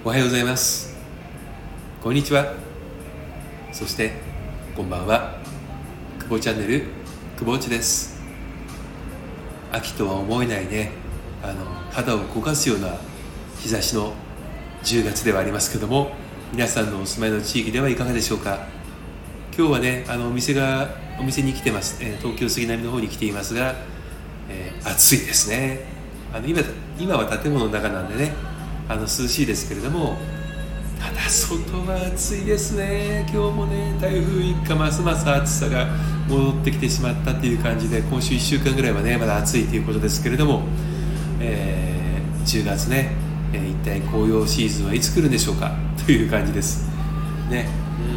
おはようございます。こんにちは。そしてこんばんは。久保チャンネル久保内です。秋とは思えないね、肌を焦がすような日差しの10月ではありますけども、皆さんのお住まいの地域ではいかがでしょうか。今日はね、お店に来てます、東京杉並の方に来ていますが、暑いですね。今は建物の中なんでね、涼しいですけれども、ただ外は暑いですね。今日もね、台風一過、ますます暑さが戻ってきてしまったっていう感じで、今週1週間ぐらいはねまだ暑いということですけれども、10月ね、一体紅葉シーズンはいつ来るんでしょうかという感じですね。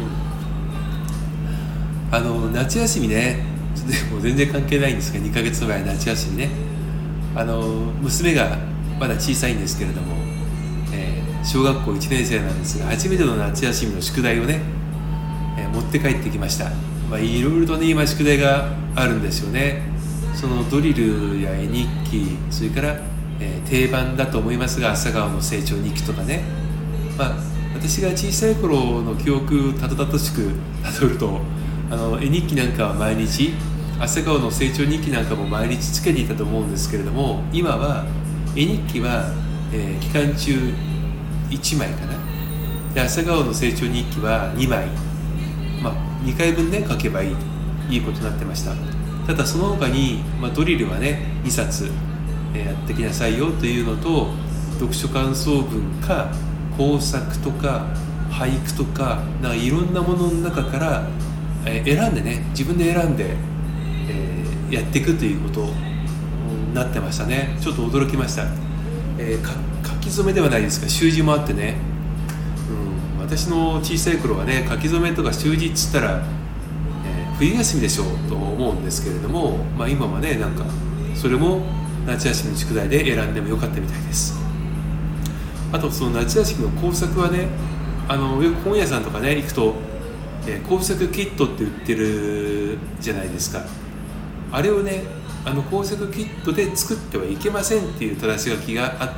夏休みね、もう全然関係ないんですが、2ヶ月前夏休みね、娘がまだ小さいんですけれども、小学校1年生なんですが、初めての夏休みの宿題をね、持って帰ってきました。いろいろとね、今宿題があるんですよね。そのドリルや絵日記、それから、定番だと思いますが、朝顔の成長日記とかね、私が小さい頃の記憶たどたどしくたどると、絵日記なんかは毎日、朝顔の成長日記なんかも毎日つけていたと思うんですけれども、今は絵日記は、期間中1枚かな。で、朝顔の成長日記は2枚、2回分ね書けばいいことになってました。ただその他に、ドリルはね2冊、やってきなさいよというのと、読書感想文か工作とか俳句とか、いろんなものの中から、選んでね、自分で選んで、やっていくということになってましたね。ちょっと驚きました。書き初めではないですが、習字もあってね、私の小さい頃はね、書き初めとか習字っつったら、冬休みでしょうと思うんですけれども、今はね、なんかそれも夏休みの宿題で選んでもよかったみたいです。あとその夏休みの工作はね、よく本屋さんとかね行くと、工作キットって売ってるじゃないですか。あれをね、工作キットで作ってはいけませんっていう正し書きがあって、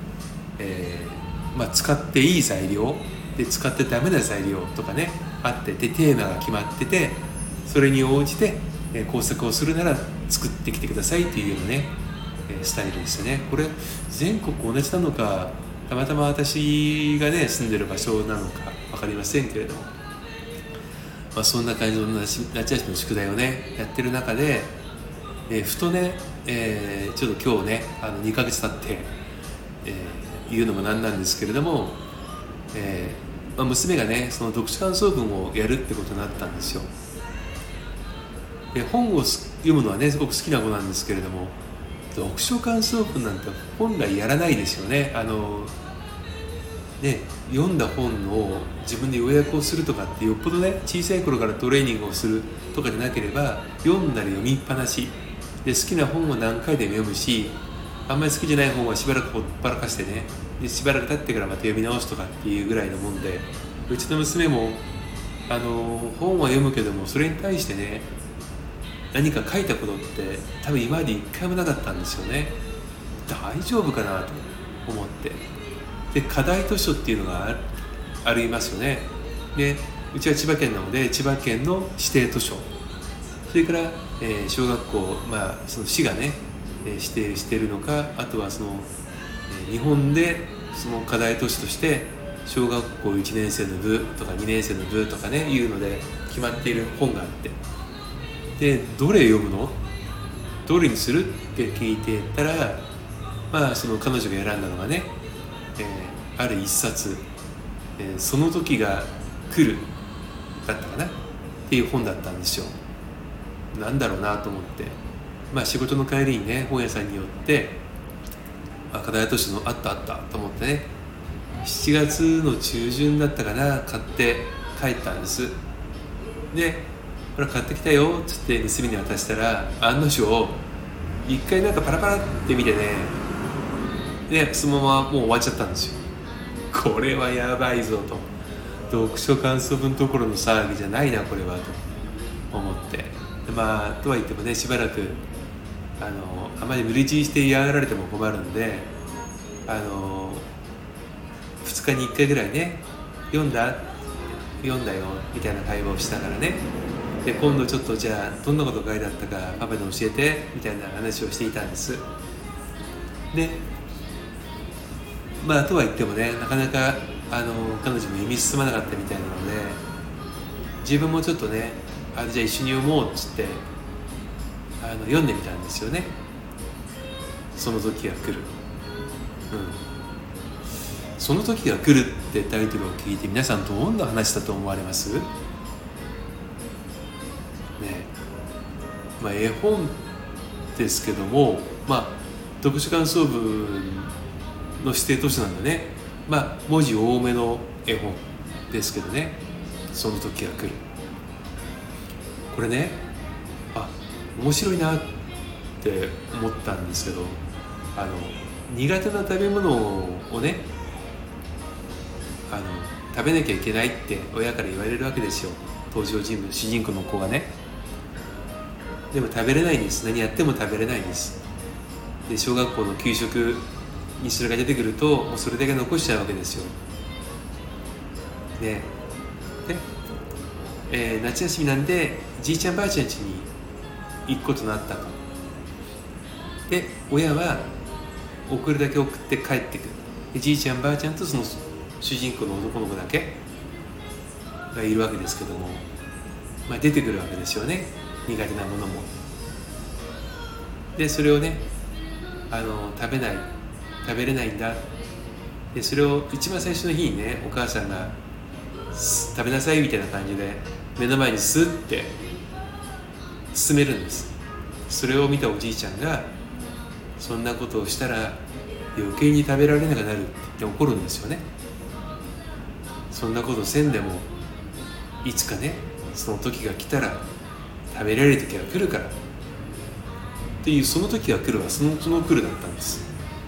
使っていい材料で使ってダメな材料とかねあって、でテーマが決まってて、それに応じて、工作をするなら作ってきてくださいっていうようなね、スタイルでしたね。これ全国同じなのか、たまたま私がね住んでる場所なのか分かりませんけれども、そんな感じの夏休みの宿題をねやってる中で、ふとね、ちょっと今日ね2ヶ月経って、言うのもなんなんですけれども、娘がねその読書感想文をやるってことになったんですよ。で、本を読むのはねすごく好きな子なんですけれども、読書感想文なんて本来やらないですよね。読んだ本を自分で要約をするとかって、よっぽどね小さい頃からトレーニングをするとかじゃなければ、読んだり読みっぱなしで、好きな本を何回でも読むし、あんまり好きじゃない本はしばらくほっぱらかしてね、でしばらく経ってからまた読み直すとかっていうぐらいのもんで、うちの娘も本は読むけども、それに対してね何か書いたことって多分今まで一回もなかったんですよね。大丈夫かなと思って、で課題図書っていうのがありますよね。で、うちは千葉県なので、千葉県の指定図書、それから、小学校、その市がね指定しているのか、あとはその、日本でその課題図書として小学校1年生の部とか2年生の部とかねいうので決まっている本があって、でどれ読むの、どれにするって聞いてたら、その彼女が選んだのがね、ある一冊、その時が来るだったかなっていう本だったんですよ。なんだろうなと思って、仕事の帰りにね本屋さんに寄って、課題図書のあったと思ってね、7月の中旬だったかな、買って帰ったんです。で、これ買ってきたよっつって娘に渡したら、案の定一回なんかパラパラって見てね、でそのままもう終わっちゃったんですよ。これはやばいぞと、読書感想文どころの騒ぎじゃないなこれはと思って、でとは言ってもね、しばらくあまり無理強いして嫌がられても困るんで、 2日に1回ぐらいね、読んだよみたいな会話をしながらね、で今度ちょっとじゃあどんなことが書いてあったかパパに教えてみたいな話をしていたんです。でとは言ってもね、なかなか彼女も読み進まなかったみたいなので、自分もちょっとね、じゃあ一緒に読もうっつって読んでみたんですよね。その時が来る、その時が来るってタイトルを聞いて、皆さんどんな話だと思われます？ね、絵本ですけども、読書感想文の指定図書なんだね。文字多めの絵本ですけどね、その時が来る。これね、面白いなって思ったんですけど、苦手な食べ物をね、食べなきゃいけないって親から言われるわけですよ、登場人物、主人公の子がね。でも食べれないんです。何やっても食べれないんです。で小学校の給食にそれが出てくると、もうそれだけ残しちゃうわけですよ。で夏休みなんでじいちゃんばあちゃん家に行くことになったと。で親は送るだけ送って帰ってくる。でじいちゃんばあちゃんとその主人公の男の子だけがいるわけですけども、出てくるわけですよね、苦手なものも。でそれをね、食べれないんだ。でそれを一番最初の日にね、お母さんが食べなさいみたいな感じで目の前にスッて進めるんです。それを見たおじいちゃんが、そんなことをしたら余計に食べられなくなるって言って怒るんですよね。そんなことせんでもいつかね、その時が来たら食べられる時が来るからっていう、その時が来るはその来るだったんです。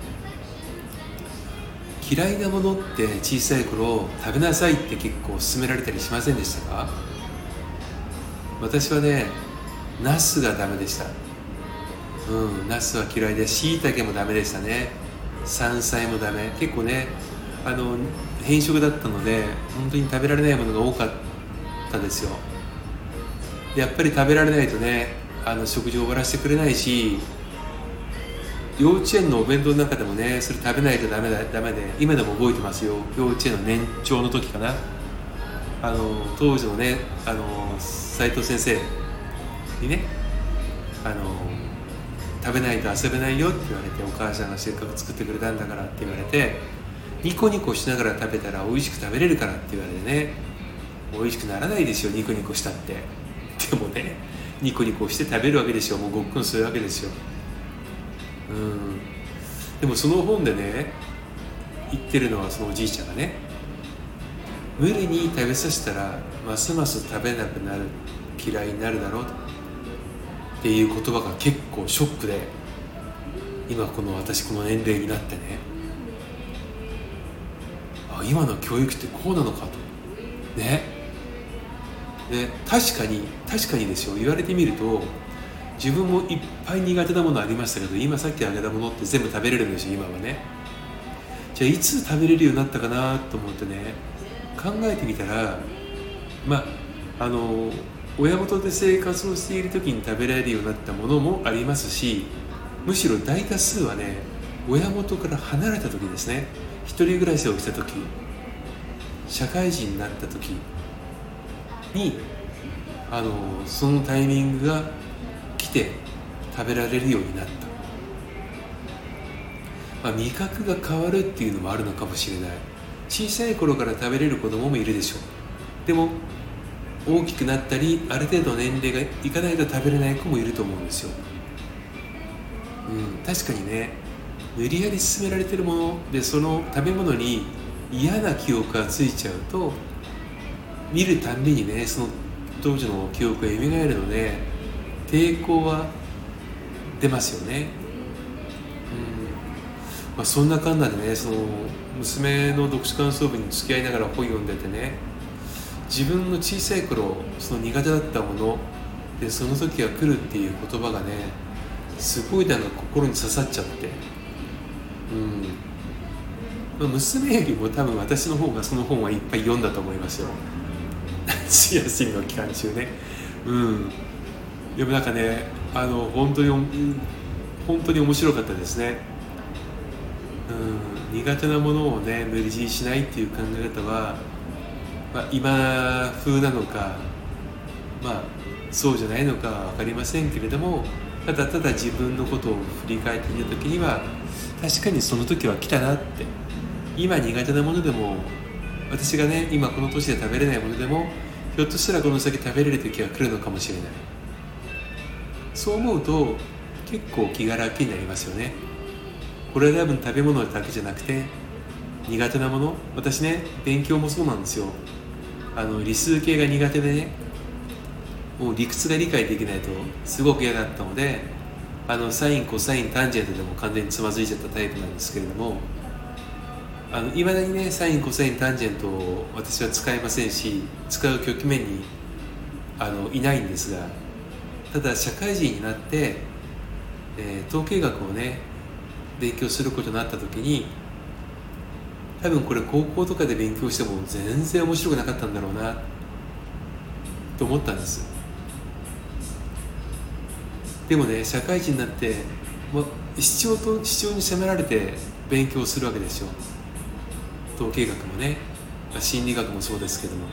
嫌いなものって小さい頃食べなさいって結構勧められたりしませんでしたか？私はね、ナスがダメでした。ナスは嫌いで、椎茸もダメでしたね。山菜もダメ。結構ね、偏食だったので本当に食べられないものが多かったですよ。でやっぱり食べられないとね、食事を終わらせてくれないし、幼稚園のお弁当の中でもね、それ食べないとダメで、今でも覚えてますよ。幼稚園の年長の時かな、当時のね、斉藤先生にね、食べないと遊べないよって言われて、お母さんがせっかく作ってくれたんだからって言われて、ニコニコしながら食べたら美味しく食べれるからって言われてね、美味しくならないですよ、ニコニコしたって。でもね、ニコニコして食べるわけですよ。もうごっくんするわけですよ。でもその本でね、言ってるのは、そのおじいちゃんがね、無理に食べさせたらますます食べなくなる、嫌いになるだろうとっていう言葉が結構ショックで、今私この年齢になってね、今の教育ってこうなのかとね。で確かにですよ、言われてみると自分もいっぱい苦手なものありましたけど、今さっき挙げたものって全部食べれるんですよ、今はね。じゃあいつ食べれるようになったかなと思ってね、考えてみたら、親元で生活をしている時に食べられるようになったものもありますし、むしろ大多数はね、親元から離れた時ですね。一人暮らしをした時、社会人になった時にそのタイミングが来て食べられるようになった。味覚が変わるっていうのもあるのかもしれない。小さい頃から食べれる子供もいるでしょう。でも大きくなったり、ある程度年齢がいかないと食べれない子もいると思うんですよ。確かにね、無理やり勧められてるもので、その食べ物に嫌な記憶がついちゃうと、見るたんびにね、その当時の記憶が蘇るので抵抗は出ますよね。そんなかんなでね、その娘の読書感想文に付き合いながら本読んでてね、自分の小さい頃その苦手だったもので、その時が来るっていう言葉がね、すごい心に刺さっちゃって、 娘よりも多分私の方がその本はいっぱい読んだと思いますよ夏休みの期間中ね。でもなんかね、本当に面白かったですね。苦手なものをね無理強いしないっていう考え方は、今風なのか、そうじゃないのかは分かりませんけれども、ただただ自分のことを振り返ってみた時には確かにその時は来たなって。今苦手なものでも、私がね今この年で食べれないものでも、ひょっとしたらこの先食べれる時は来るのかもしれない。そう思うと結構気が楽になりますよね。これは多分食べ物だけじゃなくて、苦手なもの、私ね勉強もそうなんですよ。理数系が苦手でね、もう理屈が理解できないとすごく嫌だったので、サインコサインタンジェントでも完全につまずいちゃったタイプなんですけれども、いまだにねサインコサインタンジェントを私は使えませんし、使う局面にいないんですが、ただ社会人になって、統計学をね勉強することになった時に、多分これ高校とかで勉強しても全然面白くなかったんだろうなと思ったんです。でもね社会人になって、必要に迫られて勉強するわけですよ。統計学もね、心理学もそうですけども、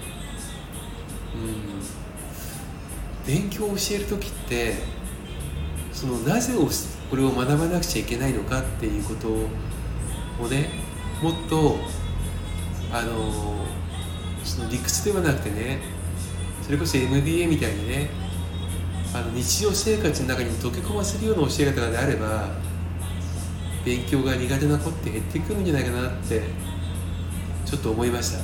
勉強を教える時って、なぜこれを学ばなくちゃいけないのかっていうことをね、もっと理屈ではなくてね、それこそ MBA みたいにね、日常生活の中に溶け込ませるような教え方であれば、勉強が苦手な子って減ってくるんじゃないかなってちょっと思いました。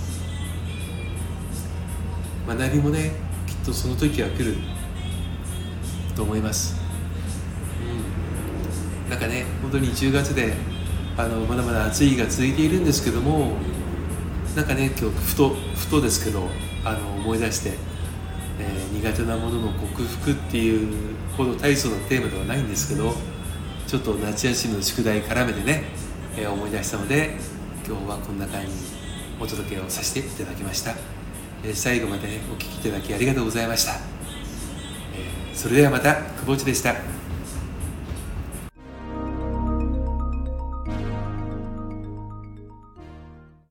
学びもねきっとその時は来ると思います。なんかね本当に10月でまだまだ暑い日が続いているんですけども、なんかね今日ふとですけど思い出して、苦手なものの克服っていうほど大層なテーマではないんですけど、ちょっと夏休みの宿題絡めてね、思い出したので今日はこんな感じにお届けをさせていただきました。最後まで、お聞きいただきありがとうございました。それではまた、久保地でした。